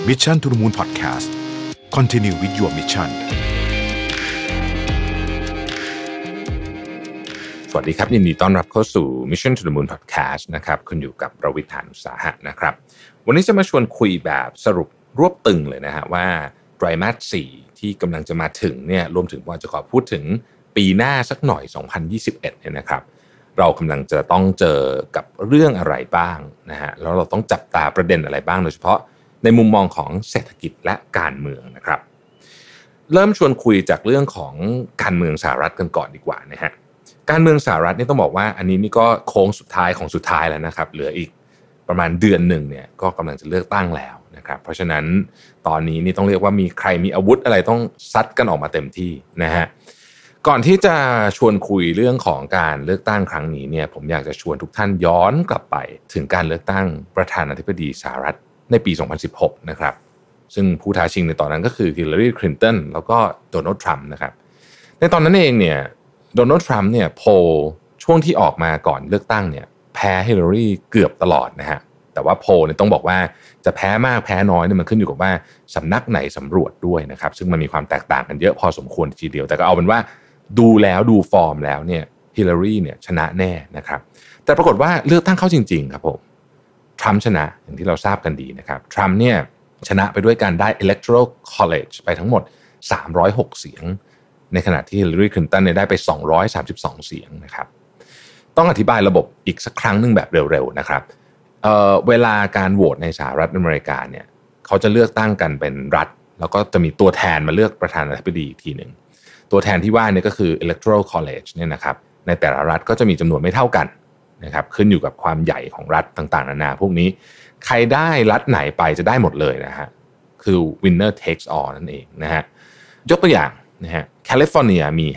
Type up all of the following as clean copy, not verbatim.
Mission to the Moon Podcast Continue with your mission สวัสดีครับยินดีต้อนรับเข้าสู่ Mission to the Moon Podcast นะครับคุณอยู่กับประวิทย์ หาญอุตสาหะนะครับวันนี้จะมาชวนคุยแบบสรุปรวบตึงเลยนะฮะว่าไตรมาส 4 ที่กำลังจะมาถึงเนี่ยรวมถึงว่าจะขอพูดถึงปีหน้าสักหน่อย 2021 เนี่ยนะครับเรากำลังจะต้องเจอกับเรื่องอะไรบ้างนะฮะแล้วเราต้องจับตาประเด็นอะไรบ้างโดยเฉพาะในมุมมองของเศรษฐกิจและการเมืองนะครับเริ่มชวนคุยจากเรื่องของการเมืองสหรัฐกันก่อนดีกว่านะฮะการเมืองสหรัฐนี่ต้องบอกว่าอันนี้นี่ก็โค้งสุดท้ายของสุดท้ายแล้วนะครับเหลืออีกประมาณเดือนหนึ่งเนี่ยก็กำลังจะเลือกตั้งแล้วนะครับเพราะฉะนั้นตอนนี้นี่ต้องเรียกว่ามีใครมีอาวุธอะไรต้องซัดกันออกมาเต็มที่นะฮะก่อนที่จะชวนคุยเรื่องของการเลือกตั้งครั้งนี้เนี่ยผมอยากจะชวนทุกท่านย้อนกลับไปถึงการเลือกตั้งประธานาธิบดีสหรัฐในปี 2016 นะครับซึ่งผู้ท้าชิงในตอนนั้นก็คือฮิลลารีคลินตันแล้วก็โดนัลด์ทรัมป์นะครับในตอนนั้นเองเนี่ยโดนัลด์ทรัมป์เนี่ยโพลช่วงที่ออกมาก่อนเลือกตั้งเนี่ยแพ้ฮิลลารีเกือบตลอดนะฮะแต่ว่าโพลเนี่ยต้องบอกว่าจะแพ้มากแพ้น้อยเนี่ยมันขึ้นอยู่กับว่าสำนักไหนสำรวจด้วยนะครับซึ่งมันมีความแตกต่างกันเยอะพอสมควรทีเดียวแต่ก็เอาเป็นว่าดูแล้วดูฟอร์มแล้วเนี่ยฮิลลารีเนี่ยชนะแน่นะครับแต่ปรากฏว่าเลือกตั้งเข้าจริงๆครับผมทรัมป์ชนะอย่างที่เราทราบกันดีนะครับทรัมป์เนี่ยชนะไปด้วยการได้ Electoral College ไปทั้งหมด306เสียงในขณะที่ฮิลลารีคลินตันเนี่ยได้ไป232เสียงนะครับต้องอธิบายระบบอีกสักครั้งนึงแบบเร็วๆนะครับเวลาการโหวตในสหรัฐอเมริกาเนี่ยเขาจะเลือกตั้งกันเป็นรัฐแล้วก็จะมีตัวแทนมาเลือกประธานาธิบดีอีกทีหนึ่งตัวแทนที่ว่าเนี่ยก็คือ Electoral College เนี่ยนะครับในแต่ละรัฐก็จะมีจำนวนไม่เท่ากันนะครับขึ้นอยู่กับความใหญ่ของรัฐต่างๆนานาพวกนี้ใครได้รัฐไหนไปจะได้หมดเลยนะฮะคือ winner takes all นั่นเองนะฮะยกตัวอย่างนะฮะแคลิฟอร์เนียมี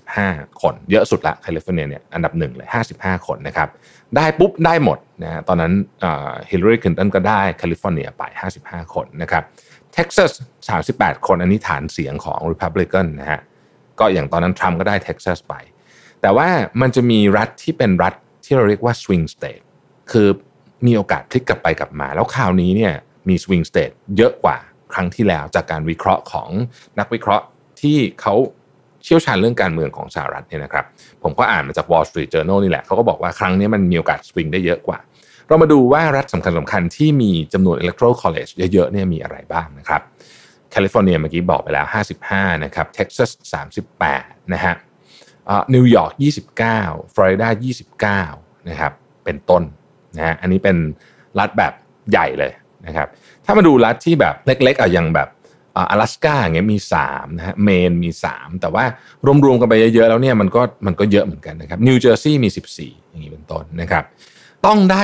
55คนเยอะสุดละแคลิฟอร์เนียเนี่ยอันดับ1เลย55คนนะครับได้ปุ๊บได้หมดนะฮะตอนนั้นฮิลลารีคลินตันก็ได้แคลิฟอร์เนียไป55คนนะครับเท็กซัส38คนอันนี้ฐานเสียงของ Republican นะฮะก็อย่างตอนนั้นทรัมป์ก็ได้เท็กซัสไปแต่ว่ามันจะมีรัฐที่เป็นรัฐที่เราเรียกว่า swing state คือมีโอกาสพลิกกลับไปกลับมาแล้วคราวนี้เนี่ยมี swing state เยอะกว่าครั้งที่แล้วจากการวิเคราะห์ของนักวิเคราะห์ที่เขาเชี่ยวชาญเรื่องการเมืองของสหรัฐเนี่ยนะครับผมก็อ่านมาจาก Wall Street Journal นี่แหละเขาก็บอกว่าครั้งนี้มันมีโอกาส swing ได้เยอะกว่าเรามาดูว่ารัฐสำคัญที่มีจำนวน Electoral College เยอะๆเนี่ยมีอะไรบ้างนะครับแคลิฟอร์เนียเมื่อกี้บอกไปแล้ว55นะครับเท็กซัส38นะฮะนิวยอร์ก29ฟลอริดา29นะครับเป็นต้นนะฮะอันนี้เป็นรัฐแบบใหญ่เลยนะครับถ้ามาดูรัฐที่แบบเล็กๆอย่างแบบ阿拉斯ก้าอย่างเงี้ยมี3นะฮะเมนมี3แต่ว่ารวมๆกันไปเยอะๆแล้วเนี่ยมันก็เยอะเหมือนกันนะครับนิวเจอร์ซีย์มี14อย่างงี้เป็นต้นนะครับต้องได้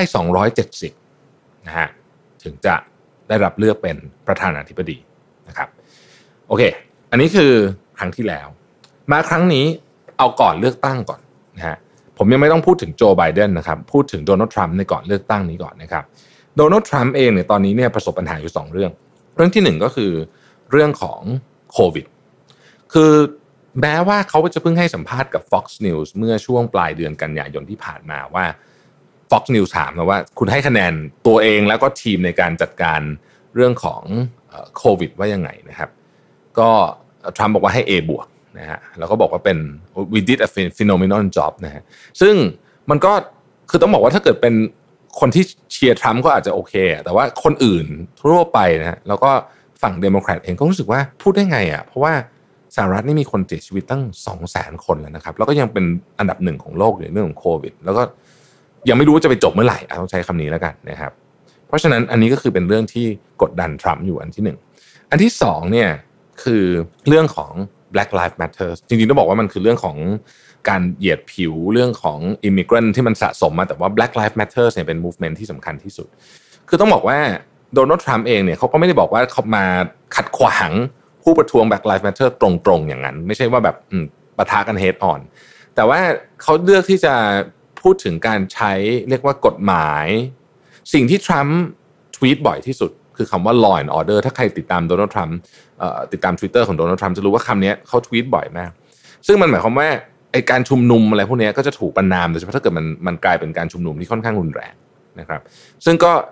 270นะฮะถึงจะได้รับเลือกเป็นประธานาธิบดีนะครับโอเคอันนี้คือครั้งที่แล้วมาครั้งนี้เอาก่อนเลือกตั้งก่อนนะฮะผมยังไม่ต้องพูดถึงโจไบเดนนะครับพูดถึงโดนัลด์ทรัมป์ในก่อนเลือกตั้งนี้ก่อนนะครับโดนัลด์ทรัมป์เองเนี่ยตอนนี้เนี่ยประสบปัญหาอยู่2เรื่องที่1ก็คือเรื่องของโควิดคือแม้ว่าเขาจะเพิ่งให้สัมภาษณ์กับ Fox News เมื่อช่วงปลายเดือนกันยายนที่ผ่านมาว่า Fox News ถามว่าคุณให้คะแนนตัวเองแล้วก็ทีมในการจัดการเรื่องของโควิดว่ายังไงนะครับก็ทรัมป์บอกว่าให้ A บวกนะฮะแล้วก็บอกว่าเป็น we did a phenomenal job นะฮะซึ่งมันก็คือต้องบอกว่าถ้าเกิดเป็นคนที่เชียร์ทรัมป์ก็อาจจะโอเคแต่ว่าคนอื่นทั่วไปนะฮะแล้วก็ฝั่งเดโมแครตเองก็รู้สึกว่าพูดได้ไงอ่ะเพราะว่าสหรัฐนี่มีคนเสียชีวิตตั้ง 200,000 คนแล้วนะครับแล้วก็ยังเป็นอันดับ1ของโลกในเรื่องของโควิดแล้วก็ยังไม่รู้ว่าจะไปจบเมื่อไหร่ต้องใช้คำนี้แล้วกันนะครับเพราะฉะนั้นอันนี้ก็คือเป็นเรื่องที่กดดันทรัมป์อยู่อันที่1อันที่2เนี่ยคือเรื่องของ Black Lives Matter จริงๆต้องบอกว่ามันคือเรื่องของการเหยียดผิวเรื่องของ immigrant ที่มันสะสมมาแต่ว่า Black Lives Matter เนี่ยเป็น movement ที่สำคัญที่สุดคือต้องบอกว่าโดนัลด์ทรัมป์เองเนี่ยเขาก็ไม่ได้บอกว่าเขามาขัดขวางผู้ประท้วง Black Lives Matter ตรงๆอย่างนั้นไม่ใช่ว่าแบบปะทะกัน head on แต่ว่าเขาเลือกที่จะพูดถึงการใช้เรียกว่ากฎหมายสิ่งที่ทรัมป์ทวีตบ่อยที่สุดคือคำว่า law and order ถ้าใครติดตามโดนัลด์ทรัมป์ติดตาม Twitter ของโดนัลด์ทรัมป์จะรู้ว่าคำนี้เขาทวีตบ่อยมากซึ่งมันหมายความว่าไอ้การชุมนุมอะไรพวกนี้ก็จะถูกประณามโดยเฉพาะถ้าเกิดมันกลายเป็นการชุมนุมที่ค่อนข้างรุนแรงนะครับซึ่งก็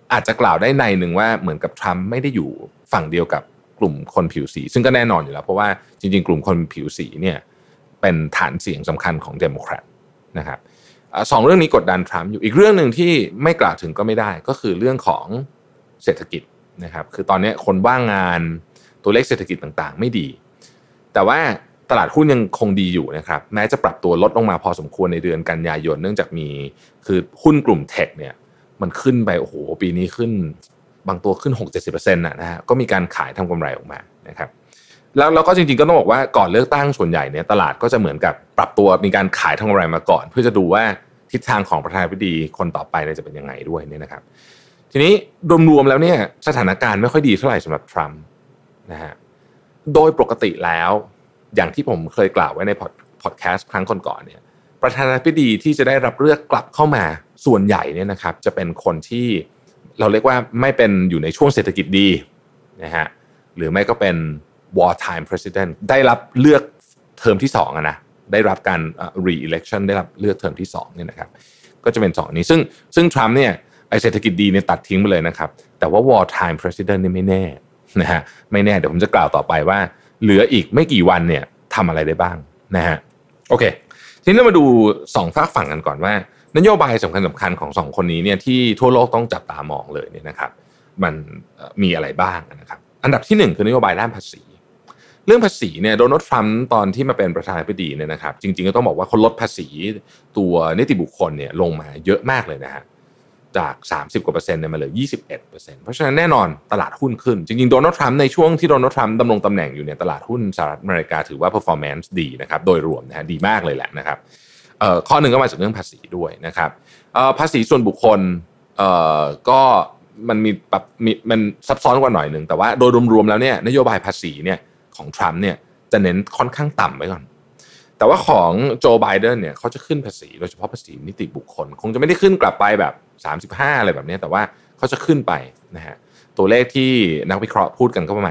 อาจจะกล่าวได้ในหนึ่งว่าเหมือนกับทรัมป์ไม่ได้อยู่ฝั่งเดียวกับกลุ่มคนผิวสีซึ่งก็แน่นอนอยู่แล้วเพราะว่าจริงๆกลุ่มคนผิวสีเนี่ยเป็นฐานเสียงสำคัญของเดโมแครตนะครับสองเรื่องนี้กดดันทรัมป์อยู่อีกเรื่องหนึ่งที่ไม่กล่าวถึงก็ไม่ได้ก็คือเรื่องของเศรษฐกิจนะครับคือตอนนี้คนว่างงานตัวเลขเศรษฐกิจต่างๆไม่ดีแต่ว่าตลาดหุ้นยังคงดีอยู่นะครับแม้จะปรับตัวลดลงมาพอสมควรในเดือนกันยายนเนื่องจากมีคือหุ้นกลุ่มเทคเนี่ยมันขึ้นไปโอ้โหปีนี้ขึ้นบางตัวขึ้น 6-70% นะฮะก็มีการขายทำกำไรออกมานะครับแล้วก็จริงๆก็ต้องบอกว่าก่อนเลือกตั้งส่วนใหญ่เนี่ยตลาดก็จะเหมือนกับปรับตัวมีการขายทำกำไรมาก่อนเพื่อจะดูว่าทิศทางของประธานาธิบดีคนต่อไปจะเป็นยังไงด้วยเนี่ยนะครับทีนี้รวมๆแล้วเนี่ยสถานการณ์ไม่ค่อยดีเท่าไหร่สำหรับทรัมป์นะฮะโดยปกติแล้วอย่างที่ผมเคยกล่าวไว้ในพอดแคสต์ครั้งก่อนๆเนี่ยประธานาธิบดีที่จะได้รับเลือกกลับเข้ามาส่วนใหญ่เนี่ยนะครับจะเป็นคนที่เราเรียกว่าไม่เป็นอยู่ในช่วงเศรษฐกิจดีนะฮะหรือไม่ก็เป็น wartime president ได้รับเลือกเทอมที่2นะได้รับการre-election ได้รับเลือกเทอมที่2เนี่ยนะครับก็จะเป็น2นี้ซึ่งทรัมป์เนี่ยไอเศรษฐกิจดีเนี่ยตัดทิ้งไปเลยนะครับแต่ว่า wartime president นี่ไม่แน่นะฮะไม่แน่เดี๋ยวผมจะกล่าวต่อไปว่าเหลืออีกไม่กี่วันเนี่ยทำอะไรได้บ้างนะฮะโอเคทีนี้เรามาดู2ฝากฝั่งกันก่อนว่านโยบายสำคัญของ2คนนี้เนี่ยที่ทั่วโลกต้องจับตามองเลยเนี่ยนะครับมันมีอะไรบ้างนะครับอันดับที่1คือนโยบายด้านภาษีเรื่องภาษีเนี่ยโดนัลด์ทรัมป์ตอนที่มาเป็นประธานาธิบดีเนี่ยนะครับจริงๆก็ต้องบอกว่าเขาลดภาษีตัวนิติบุคคลเนี่ยลงมาเยอะมากเลยนะฮะจาก30กว่า%เนี่ยมาเหลือ 21% เพราะฉะนั้นแน่นอนตลาดหุ้นขึ้นจริงๆโดนัลด์ทรัมป์ในช่วงที่โดนัลด์ทรัมป์ดำรงตำแหน่งอยู่เนี่ยตลาดหุ้นสหรัฐอเมริกาถือว่า performance ดีนะครับโดยรวมนะฮะดีมากเลยแหละนะครับข้อหนึ่งก็มาจากเรื่องภาษีด้วยนะครับภาษีส่วนบุคคลก็มันมีแบบมันซับซ้อนกว่าหน่อยนึงแต่ว่าโดยรวมๆแล้วเนี่ยนโยบายภาษีเนี่ยของทรัมป์เนี่ยจะเน้นค่อนข้างต่ำไว้ก่อนแต่ว่าของโจไบเดนเนี่ยเขาจะขึ้นภาษีโดยเฉพาะภาษีนิติบุคคลคงจะไม่ได้ขึ้นกลับไปแบบ35อะไรแบบนี้แต่ว่าเขาจะขึ้นไปนะฮะตัวเลขที่นักวิเคราะห์พูดกันก็ประมาณ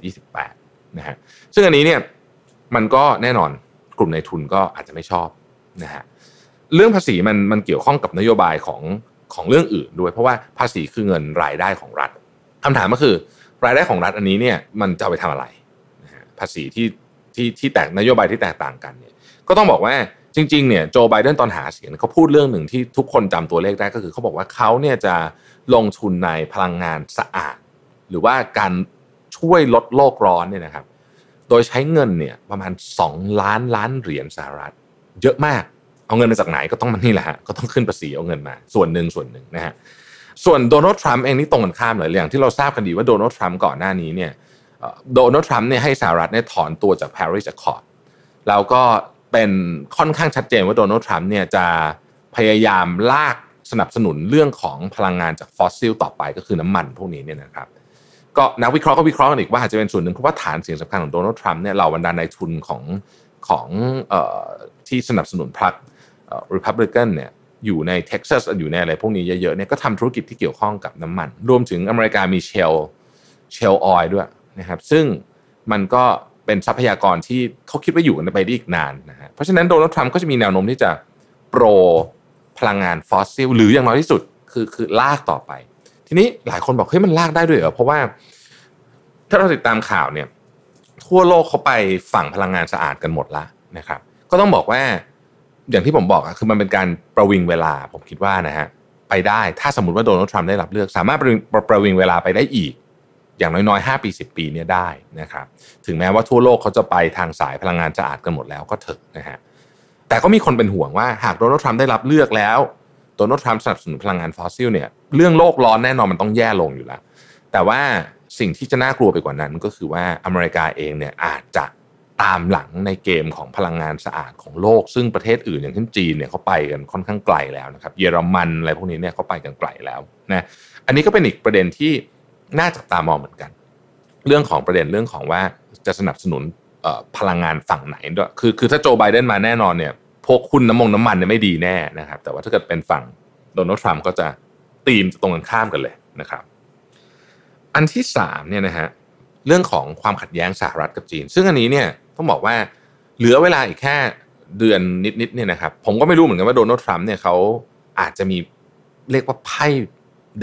27-28นะฮะซึ่งอันนี้เนี่ยมันก็แน่นอนกลุ่มนายทุนก็อาจจะไม่ชอบนะฮะเรื่องภาษีมันเกี่ยวข้องกับนโยบายของเรื่องอื่นด้วยเพราะว่าภาษีคือเงินรายได้ของรัฐคำถามก็คือรายได้ของรัฐอันนี้เนี่ยมันจะเอาไปทำอะไรนะฮะภาษีที่แตกนโยบายที่แตกต่างกันเนี่ยก็ต้องบอกว่าจริงๆเนี่ยโจไบเดนตอนหาเสียงเขาพูดเรื่องหนึ่งที่ทุกคนจำตัวเลขได้ก็คือเขาบอกว่าเขาเนี่ยจะลงทุนในพลังงานสะอาดหรือว่าการช่วยลดโลกร้อนเนี่ยนะครับโดยใช้เงินเนี่ยประมาณ2 ล้านเหรียญสหรัฐเยอะมากเอาเงินมาจากไหนก็ต้องมันนี่แหละฮะก็ต้องขึ้นภาษีเอาเงินมาส่วนหนึ่งนะฮะส่วนโดนัลด์ทรัมป์เองนี่ตรงกันข้ามเลยอย่างที่เราทราบกันดีว่าโดนัลด์ทรัมป์ก่อนหน้านี้เนี่ยโดนัลด์ทรัมป์เนี่ยให้สหรัฐเนี่ยถอนตัวจาก Paris Accord แล้วก็เป็นค่อนข้างชัดเจนว่าโดนัลด์ทรัมป์เนี่ยจะพยายามลากสนับสนุนเรื่องของพลังงานจากฟอสซิลต่อไปก็คือน้ำมันพวกนี้เนี่ยนะครับก็นักวิเคราะห์ก็วิเคราะห์กันอีกว่าอาจจะเป็นส่วนหนึ่งเพราะว่าฐานเสียงสำคัญของโดนัลด์ทรัมป์เนี่ยเหล่าบรรดานายทุนของที่สนับสนุนพรรคRepublican เนี่ยอยู่ในเท็กซัสอยู่ในอะไรพวกนี้เยอะๆเนี่ยก็ทำธุรกิจที่เกี่ยวข้องกับน้ำมันรวมถึงอเมริกามีเชลออยล์ด้วยนะครับซึ่งมันก็เป็นทรัพยากรที่เขาคิดว่าอยู่กันไปได้อีกนานนะฮะเพราะฉะนั้นโดนัลด์ทรัมป์ก็จะมีแนวโน้มที่จะโปรพลังงานฟอสซิลหรืออย่างน้อยที่สุดคือลากต่อไปทีนี้หลายคนบอกเฮ้ยมันลากได้ด้วยเหรอเพราะว่าถ้าเราติดตามข่าวเนี่ยทั่วโลกเขาไปฝั่งพลังงานสะอาดกันหมดละนะครับก็ต้องบอกว่าอย่างที่ผมบอกคือมันเป็นการประวิงเวลาผมคิดว่านะฮะไปได้ถ้าสมมุติว่าโดนัลด์ทรัมป์ได้รับเลือกสามารถประวิงเวลาไปได้อีกอย่างน้อยๆ5 ปี 10 ปีเนี่ยได้นะครับถึงแม้ว่าทั่วโลกเขาจะไปทางสายพลังงานสะอาดกันหมดแล้วก็เถอะนะฮะแต่ก็มีคนเป็นห่วงว่าหากโดนัลด์ทรัมป์ได้รับเลือกแล้วโดนัลด์ทรัมป์สนับสนุนพลังงานฟอสซิลเนี่ยเรื่องโลกร้อนแน่นอนมันต้องแย่ลงอยู่แล้วแต่ว่าสิ่งที่จะน่ากลัวไปกว่านั้นก็คือว่าอเมริกาเองเนี่ยอาจจะตามหลังในเกมของพลังงานสะอาดของโลกซึ่งประเทศอื่นอย่างเช่นจีนเนี่ยเขาไปกันค่อนข้างไกลแล้วนะครับเยอรมันอะไรพวกนี้เนี่ยเขาไปกันไกลแล้วนะอันนี้ก็เป็นอีกประเด็นที่น่าจับตามองเหมือนกันเรื่องของประเด็นเรื่องของว่าจะสนับสนุนพลังงานฝั่งไหนด้วยคือถ้าโจไบเดนมาแน่นอนเนี่ยพวกหุ้นน้ำมันเนี่ยไม่ดีแน่นะครับแต่ว่าถ้าเกิดเป็นฝั่งโดนัลด์ทรัมป์ก็จะตีมตรงกันข้ามกันเลยนะครับอันที่3เนี่ยนะฮะเรื่องของความขัดแย้งสหรัฐกับจีนซึ่งอันนี้เนี่ยต้องบอกว่าเหลือเวลาอีกแค่เดือนนิดๆเนี่ยนะครับผมก็ไม่รู้เหมือนกันว่าโดนัลด์ทรัมป์เนี่ยเขาอาจจะมีเรียกว่าไพ่เด็ด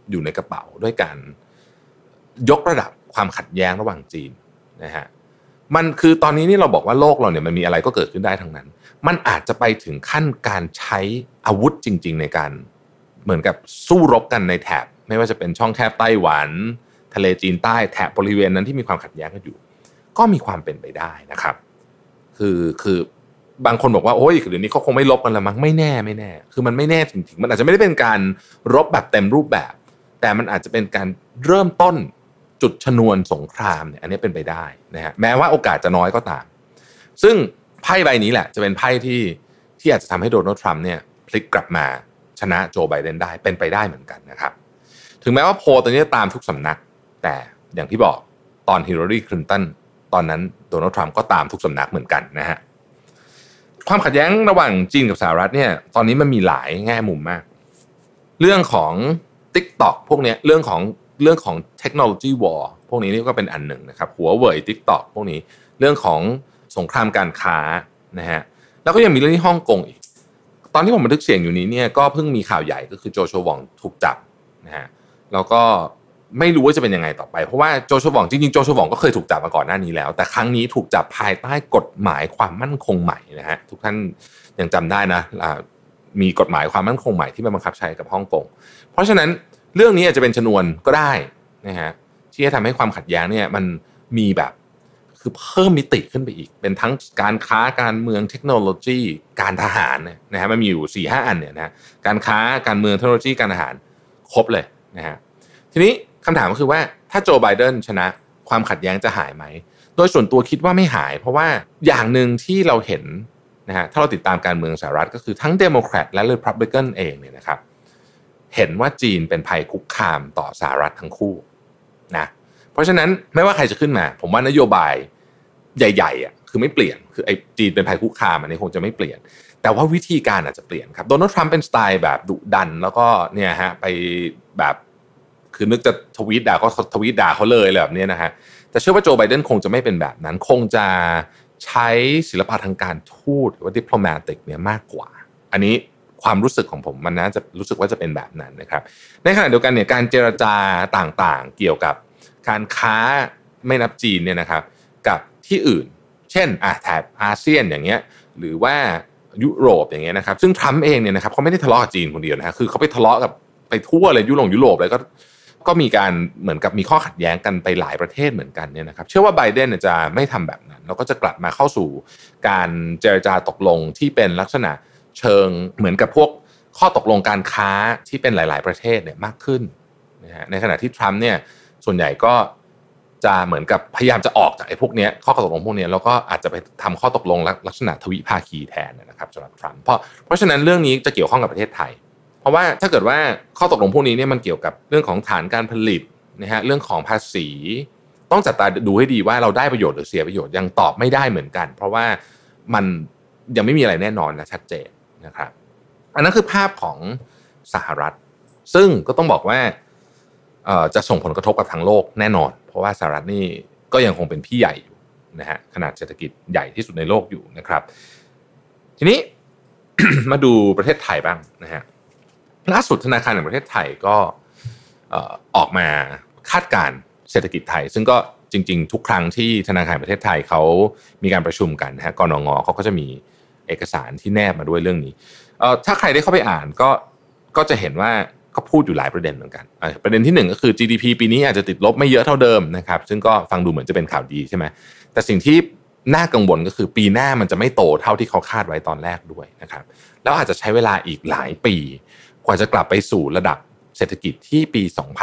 อยู่ในกระเป๋าด้วยการยกระดับความขัดแย้งระหว่างจีนนะฮะมันคือตอนนี้นี่เราบอกว่าโลกเราเนี่ยมันมีอะไรก็เกิดขึ้นได้ทั้งนั้นมันอาจจะไปถึงขั้นการใช้อาวุธจริงๆในการเหมือนกับสู้รบกันในแถบไม่ว่าจะเป็นช่องแคบไต้หวันทะเลจีนใต้แถบบริเวณนั้นที่มีความขัดแย้งกันอยู่ก็มีความเป็นไปได้นะครับคือบางคนบอกว่าโอ้ยเดี๋ยวนี้เขาคงไม่รบกันแล้วมั้งไม่แน่คือมันไม่แน่จริงๆมันอาจจะไม่ได้เป็นการรบแบบเต็มรูปแบบแต่มันอาจจะเป็นการเริ่มต้นจุดชนวนสงครามเนี่ยอันนี้เป็นไปได้นะฮะแม้ว่าโอกาสจะน้อยก็ตามซึ่งไพ่ใบนี้แหละจะเป็นไพ่ที่อาจจะทำให้โดนัลด์ทรัมป์เนี่ยพลิกกลับมาชนะโจไบเดนได้เป็นไปได้เหมือนกันนะครับถึงแม้ว่าโพลตัวนี้ตามทุกสำนักแต่อย่างที่บอกตอนฮิลลารีคลินตันตอนนั้นโดนัลด์ทรัมป์ก็ตามทุกสำนักเหมือนกันนะฮะความขัดแย้งระหว่างจีนกับสหรัฐเนี่ยตอนนี้มันมีหลายแง่มุมมากเรื่องของ TikTok พวกนี้เรื่องของเทคโนโลยีวอร์พวกนี้นี่ก็เป็นอันหนึ่งนะครับหัวเว่ย TikTok พวกนี้เรื่องของสงครามการค้านะฮะแล้วก็ยังมีเรื่องที่ฮ่องกงอีกตอนที่ผมบันทึกเสียงอยู่นี้เนี่ยก็เพิ่งมีข่าวใหญ่ก็คือโจชัวหว่องถูกจับนะฮะแล้วก็ไม่รู้ว่าจะเป็นยังไงต่อไปเพราะว่าโจชัวหว่องจริงๆโจชัวหว่องก็เคยถูกจับมาก่อนหน้านี้แล้วแต่ครั้งนี้ถูกจับภายใต้กฎหมายความมั่นคงใหม่นะฮะทุกท่านยังจำได้นะมีกฎหมายความมั่นคงใหม่ที่มาบังคับใช้กับฮ่องกงเพราะฉะนั้นเรื่องนี้อาจจะเป็นชนวนก็ได้นะฮะที่จะทำให้ความขัดแย้งเนี่ยมันมีแบบคือเพิ่มมิติขึ้นไปอีกเป็นทั้งการค้าการเมืองเทคโนโลยีการทหารนะฮะมันมีอยู่ 4-5 อันเนี่ยนะการค้าการเมืองเทคโนโลยีการทหารครบเลยนะฮะทีนี้คำถามก็คือว่าถ้าโจไบเดนชนะความขัดแย้งจะหายไหมโดยส่วนตัวคิดว่าไม่หายเพราะว่าอย่างหนึ่งที่เราเห็นนะฮะถ้าเราติดตามการเมืองสหรัฐก็คือทั้งเดโมแครตและรีพับลิกันเองเนี่ยนะครับเห็นว่าจีนเป็นภัยคุกคามต่อสหรัฐทั้งคู่นะเพราะฉะนั้นไม่ว่าใครจะขึ้นมาผมว่านโยบายใหญ่ๆอ่ะคือไม่เปลี่ยนคือไอ้จีนเป็นภัยคุกคามอันนี้คงจะไม่เปลี่ยนแต่ว่าวิธีการอาจจะเปลี่ยนครับโดนัลด์ทรัมป์เป็นสไตล์แบบดุดันแล้วก็เนี่ยฮะไปแบบคือนึกจะทวีตด่าก็ทวีตด่าเขาเลยแบบนี้นะฮะแต่เชื่อว่าโจไบเดนคงจะไม่เป็นแบบนั้นคงจะใช้ศิลปะทางการทูตหรือว่าดิปโลมาติกเนี่ยมากกว่าอันนี้ความรู้สึกของผมมันน่าจะรู้สึกว่าจะเป็นแบบนั้นนะครับในขณะเดียวกันเนี่ยการเจรจาต่างๆเกี่ยวกับการค้าไม่นับจีนเนี่ยนะครับกับที่อื่นเช่นแถบอาเซียนอย่างเงี้ยหรือว่ายุโรปอย่างเงี้ยนะครับซึ่งทรัมป์เองเนี่ยนะครับเขาไม่ได้ทะเลาะกับจีนคนเดียวนะฮะคือเขาไปทะเลาะกับไปทั่วเลยยุโรปเลยก็มีการเหมือนกับมีข้อขัดแย้งกันไปหลายประเทศเหมือนกันเนี่ยนะครับเชื่อว่าไบเดนเนี่ยจะไม่ทำแบบนั้นแล้วก็จะกลับมาเข้าสู่การเจรจาตกลงที่เป็นลักษณะเชิงเหมือนกับพวกข้อตกลงการค้าที่เป็นหลายๆประเทศเนี่ยมากขึ้นนะฮะในขณะที่ทรัมป์เนี่ยส่วนใหญ่ก็จะเหมือนกับพยายามจะออกจากไอ้พวกนี้ข้อตกลงพวกนี้แล้วก็อาจจะไปทำข้อตกลงลักษณะทวิภาคีแทนนะครับสำหรับทรัมป์เพราะฉะนั้นเรื่องนี้จะเกี่ยวข้องกับประเทศไทยเพราะว่าถ้าเกิดว่าข้อตกลงพวกนี้เนี่ยมันเกี่ยวกับเรื่องของฐานการผลิตนะฮะเรื่องของภาษีต้องจับตาดูให้ดีว่าเราได้ประโยชน์หรือเสียประโยชน์ยังตอบไม่ได้เหมือนกันเพราะว่ามันยังไม่มีอะไรแน่นอนและชัดเจนนะครับอันนั้นคือภาพของสหรัฐซึ่งก็ต้องบอกว่าจะส่งผลกระทบกับทั้งโลกแน่นอนเพราะว่าสหรัฐนี่ก็ยังคงเป็นพี่ใหญ่อยู่นะฮะขนาดเศรษฐกิจใหญ่ที่สุดในโลกอยู่นะครับทีนี้ มาดูประเทศไทยบ้างนะฮะล่าสุดธนาคารแห่งประเทศไทยก็ออกมาคาดการณ์เศรษฐกิจไทยซึ่งก็จริงๆทุกครั้งที่ธนาคารแห่งประเทศไทยเขามีการประชุมกันนะฮะกนง.เขาก็จะมีเอกสารที่แนบมาด้วยเรื่องนี้ถ้าใครได้เข้าไปอ่านก็จะเห็นว่าก็พูดอยู่หลายประเด็นเหมือนกันประเด็นที่1ก็คือ GDP ปีนี้อาจจะติดลบไม่เยอะเท่าเดิมนะครับซึ่งก็ฟังดูเหมือนจะเป็นข่าวดีใช่ไหมแต่สิ่งที่น่ากังวลก็คือปีหน้ามันจะไม่โตเท่าที่เขาคาดไว้ตอนแรกด้วยนะครับแล้วอาจจะใช้เวลาอีกหลายปีกว่าจะกลับไปสู่ระดับเศรษฐกิจที่ปี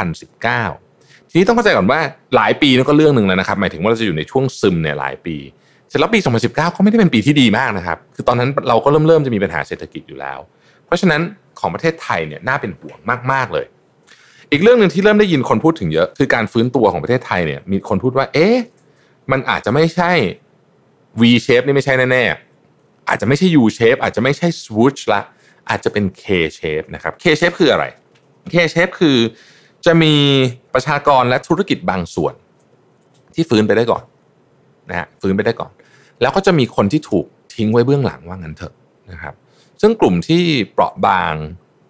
2019 ทีนี้ต้องเข้าใจก่อนว่าหลายปีนั่นก็เรื่องนึงแล้วนะครับหมายถึงว่าเราจะอยู่ในช่วงซึมเนี่ยหลายปีเสร็จแล้วปี 2019 ก็ไม่ได้เป็นปีที่ดีมากนะครับคือตอนนั้นเราก็เริ่มจะมีปัญหาเศรษฐกิจอยู่แล้วเพราะฉะนั้นของประเทศไทยเนี่ยน่าเป็นห่วงมากๆเลยอีกเรื่องนึงที่เริ่มได้ยินคนพูดถึงเยอะคือการฟื้นตัวของประเทศไทยเนี่ยมีคนพูดว่ามันอาจจะไม่ใช่ V shape นี่ไม่ใช่แน่ๆอาจจะไม่ใช่ U shape อาจจะไม่ใช่ swoosh ละอาจจะเป็น K shape นะครับ K shape คืออะไร K shape คือจะมีประชากรและธุรกิจบางส่วนที่ฟื้นไปได้ก่อนนะฮะฟื้นไปได้ก่อนแล้วก็จะมีคนที่ถูกทิ้งไว้เบื้องหลังว่างั้นเถอะนะครับซึ่งกลุ่มที่เปราะบาง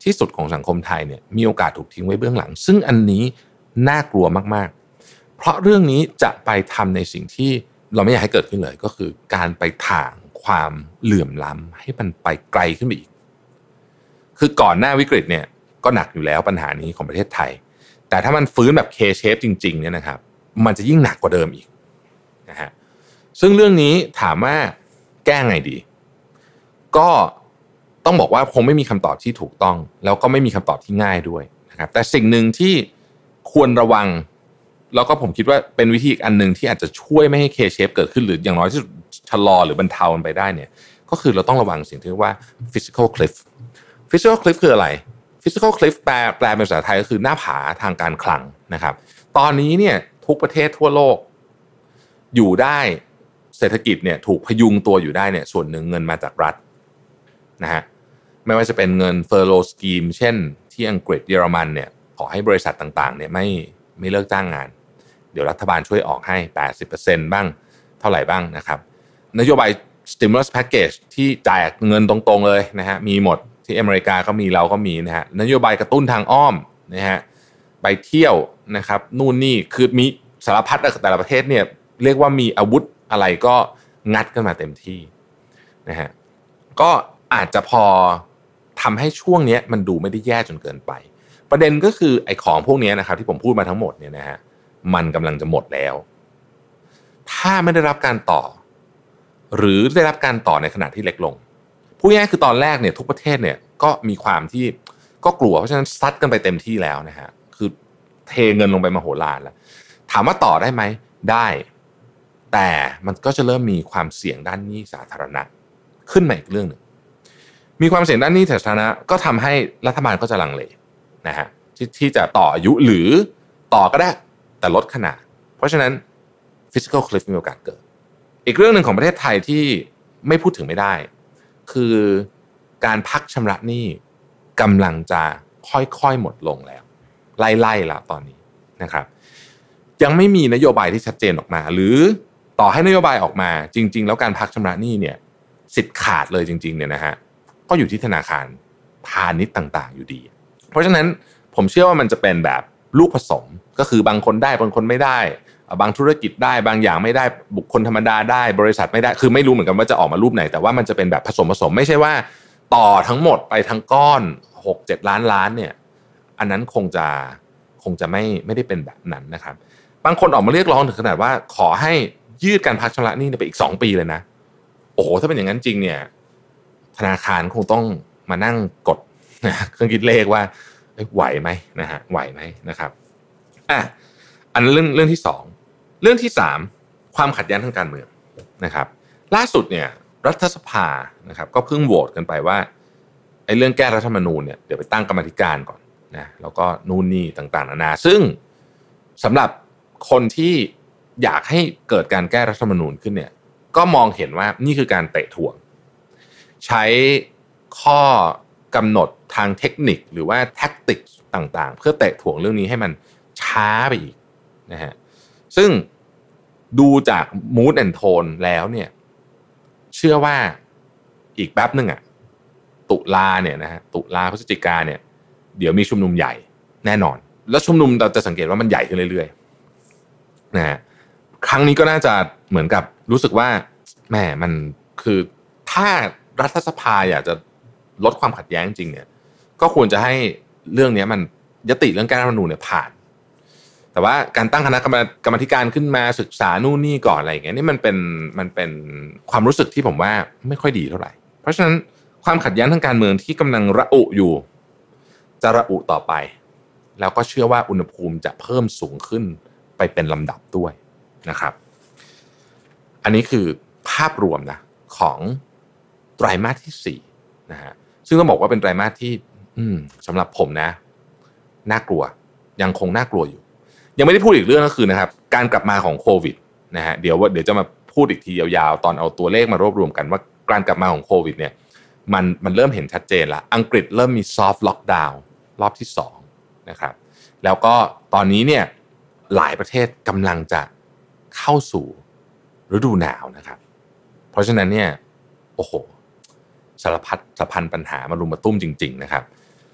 ที่สุดของสังคมไทยเนี่ยมีโอกาสถูกทิ้งไว้เบื้องหลังซึ่งอันนี้น่ากลัวมากๆเพราะเรื่องนี้จะไปทำในสิ่งที่เราไม่อยากให้เกิดขึ้นเลยก็คือการไปถ่างความเหลื่อมล้ำให้มันไปไกลขึ้นไปอีกคือก่อนหน้าวิกฤตเนี่ยก็หนักอยู่แล้วปัญหานี้ของประเทศไทยแต่ถ้ามันฟื้นแบบ K-shape จริงๆเนี่ยนะครับมันจะยิ่งหนักกว่าเดิมอีกนะฮะซึ่งเรื่องนี้ถามว่าแก้ไงดีก็ต้องบอกว่าคงไม่มีคำตอบที่ถูกต้องแล้วก็ไม่มีคำตอบที่ง่ายด้วยนะครับแต่สิ่งหนึ่งที่ควรระวังแล้วก็ผมคิดว่าเป็นวิธีอีกอันนึงที่อาจจะช่วยไม่ให้ K-shape เกิดขึ้นหรืออย่างน้อยที่สุดชะลอหรือบรรเทามันไปได้เนี่ยก็คือเราต้องระวังสิ่งที่เรียกว่า physical cliff physical cliff คืออะไร physical cliff แปลเป็นภาษาไทยก็คือหน้าผาทางการคลังนะครับตอนนี้เนี่ยทุกประเทศทั่วโลกอยู่ได้เศรษฐกิจเนี่ยถูกพยุงตัวอยู่ได้เนี่ยส่วนหนึ่งเงินมาจากรัฐนะฮะไม่ว่าจะเป็นเงินเฟอร์โลสกีมเช่นที่อังกฤษเยอรมันเนี่ยขอให้บริษัทต่างๆเนี่ยไม่เลิกจ้างงานเดี๋ยวรัฐบาลช่วยออกให้ 80% บ้างเท่าไหร่บ้างนะครับนโยบาย stimulus package ที่จ่ายเงินตรงๆเลยนะฮะมีหมดที่อเมริกาก็มีเราก็มีนะฮะนโยบายกระตุ้นทางอ้อมนะฮะไปเที่ยวนะครับนู่นนี่คือมีสารพัดแต่ละประเทศเนี่ยเรียกว่ามีอาวุธอะไรก็งัดกันมาเต็มที่นะฮะก็อาจจะพอทำให้ช่วงนี้มันดูไม่ได้แย่จนเกินไปประเด็นก็คือไอ้ของพวกนี้นะครับที่ผมพูดมาทั้งหมดเนี่ยนะฮะมันกำลังจะหมดแล้วถ้าไม่ได้รับการต่อหรือได้รับการต่อในขณะที่เล็กลงพูดง่ายๆคือตอนแรกเนี่ยทุกประเทศเนี่ยก็มีความที่ก็กลัวเพราะฉะนั้นซัดกันไปเต็มที่แล้วนะฮะคือเทเงินลงไปมโหฬารแล้วถามว่าต่อได้ไหมได้แต่มันก็จะเริ่มมีความเสี่ยงด้านหนี้สาธารณะขึ้นมาอีกเรื่องหนึ่งมีความเสี่ยงด้านหนี้สาธารณะก็ทำให้รัฐบาลก็จะลังเลนะฮะที่จะต่ออายุหรือต่อก็ได้แต่ลดขนาดเพราะฉะนั้น physical cliff มีโอกาสเกิดอีกเรื่องหนึ่งของประเทศไทยที่ไม่พูดถึงไม่ได้คือการพักชำระหนี้กำลังจะค่อยๆหมดลงแล้วไล่ๆแล้วตอนนี้นะครับยังไม่มีนโยบายที่ชัดเจนออกมาหรือต่อให้นโยบายออกมาจริงๆแล้วการพักชำระหนี้เนี่ยสิทธิ์ขาดเลยจริงๆเนี่ยนะฮะก็อยู่ที่ธนาคารพาณิชย์ต่างๆอยู่ดีเพราะฉะนั้นผมเชื่อว่ามันจะเป็นแบบลูกผสมก็คือบางคนได้บางคนไม่ได้บางธุรกิจได้บางอย่างไม่ได้บุคคลธรรมดาได้บริษัทไม่ได้คือไม่รู้เหมือนกันว่าจะออกมารูปไหนแต่ว่ามันจะเป็นแบบผสมไม่ใช่ว่าต่อทั้งหมดไปทั้งก้อน 6-7 ล้านเนี่ยอันนั้นคงจะไม่ได้เป็นแบบนั้นนะครับบางคนออกมาเรียกร้องถึงขนาดว่าขอให้ยืดการพักชำระหนี้ไปอีก2 ปีเลยนะโอ้โหถ้าเป็นอย่างนั้นจริงเนี่ยธนาคารคงต้องมานั่งกดนะเครื่องคิดเลขว่าไหวไหมนะฮะไหวไหมนะครับอันนั้นเรื่องที่2เรื่องที่3ความขัดแย้งทางการเมืองนะครับล่าสุดเนี่ยรัฐสภานะครับก็เพิ่งโหวตกันไปว่าไอ้เรื่องแก้รัฐธรรมนูญเนี่ยเดี๋ยวไปตั้งกรรมาธิการก่อนนะแล้วก็นู่นนี่ต่างๆนานาซึ่งสำหรับคนที่อยากให้เกิดการแก้รัฐธรรมนูญขึ้นเนี่ยก็มองเห็นว่านี่คือการเตะถ่วงใช้ข้อกำหนดทางเทคนิคหรือว่าแท็กติกต่างๆเพื่อเตะถ่วงเรื่องนี้ให้มันช้าไปอีกนะฮะซึ่งดูจาก mood and tone แล้วเนี่ยเชื่อว่าอีกแป๊บนึงตุลาเนี่ยนะฮะตุลาพฤศจิกาเนี่ยเดี๋ยวมีชุมนุมใหญ่แน่นอนแล้วชุมนุมเราจะสังเกตว่ามันใหญ่ขึ้นเรื่อยๆนะฮะครั้งนี้ก็น่าจะเหมือนกับรู้สึกว่าแหมมันคือถ้ารัฐสภาอยากจะลดความขัดแย้งจริงเนี่ยก็ควรจะให้เรื่องนี้มันยติเรื่องแก้รัฐธรรมนูญเนี่ยผ่านแต่ว่าการตั้งคณะกรรมาธิการขึ้นมาศึกษานู่นนี่ก่อนอะไรอย่างเงี้ยนี่มันเป็นความรู้สึกที่ผมว่าไม่ค่อยดีเท่าไหร่เพราะฉะนั้นความขัดแย้งทางการเมืองที่กำลังระอุอยู่จะระอุต่อไปแล้วก็เชื่อว่าอุณหภูมิจะเพิ่มสูงขึ้นไปเป็นลำดับด้วยนะครับอันนี้คือภาพรวมนะของไตรมาสที่4นะฮะซึ่งต้องบอกว่าเป็นไตรมาสที่สำหรับผมนะน่ากลัวยังคงน่ากลัวอยู่ยังไม่ได้พูดอีกเรื่องก็คือนะครับการกลับมาของโควิดนะฮะเดี๋ยวจะมาพูดอีกทียาวๆตอนเอาตัวเลขมารวบรวมกันว่าการกลับมาของโควิดเนี่ยมันเริ่มเห็นชัดเจนละอังกฤษเริ่มมีซอฟต์ล็อกดาวน์รอบที่2นะครับแล้วก็ตอนนี้เนี่ยหลายประเทศกำลังจะเข้าสู่ฤดูหนาวนะครับเพราะฉะนั้นเนี่ยโอ้โหสารพัดปัญหามารุมมาตุ้มจริงๆนะครับ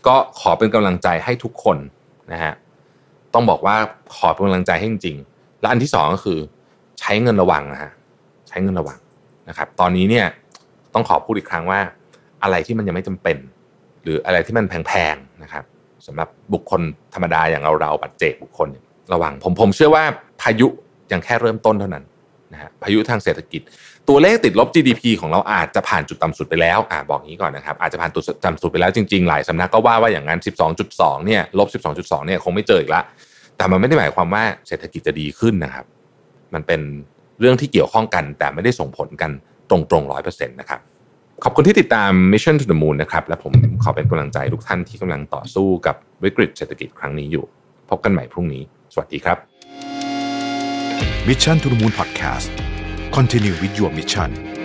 ก็ขอเป็นกำลังใจให้ทุกคนนะฮะต้องบอกว่าขอเป็นกำลังใจให้จริงๆและอันที่2ก็คือใช้เงินระวังนะฮะใช้เงินระวังนะครับตอนนี้เนี่ยต้องขอพูดอีกครั้งว่าอะไรที่มันยังไม่จำเป็นหรืออะไรที่มันแพงๆนะครับสำหรับบุคคลธรรมดาอย่างเราปัจเจกบุคคลระวังผมเชื่อว่าพายุยังแค่เริ่มต้นเท่านั้นนะฮะพายุทางเศรษฐกิจตัวเลขติดลบ GDP ของเราอาจจะผ่านจุดต่ำสุดไปแล้วบอกงี้ก่อนนะครับอาจจะผ่านจุดต่ำสุดไปแล้วจริงๆหลายสำนักก็ว่าอย่างนั้น 12.2 เนี่ยลบ 12.2 เนี่ยคงไม่เจออีกละแต่มันไม่ได้หมายความว่าเศรษฐกิจจะดีขึ้นนะครับมันเป็นเรื่องที่เกี่ยวข้องกันแต่ไม่ได้ส่งผลกันตรงๆ 100% นะครับขอบคุณที่ติดตาม Mission to the Moon นะครับและผมขอเป็นกำลังใจทุกท่านที่กำลังต่อสู้กับวิกฤตเศรษฐกิจครั้งนี้อยู่พบกันใหม่พรุ่งนี้สวัสดีครับ Mission to the Moon Podcast Continue with your mission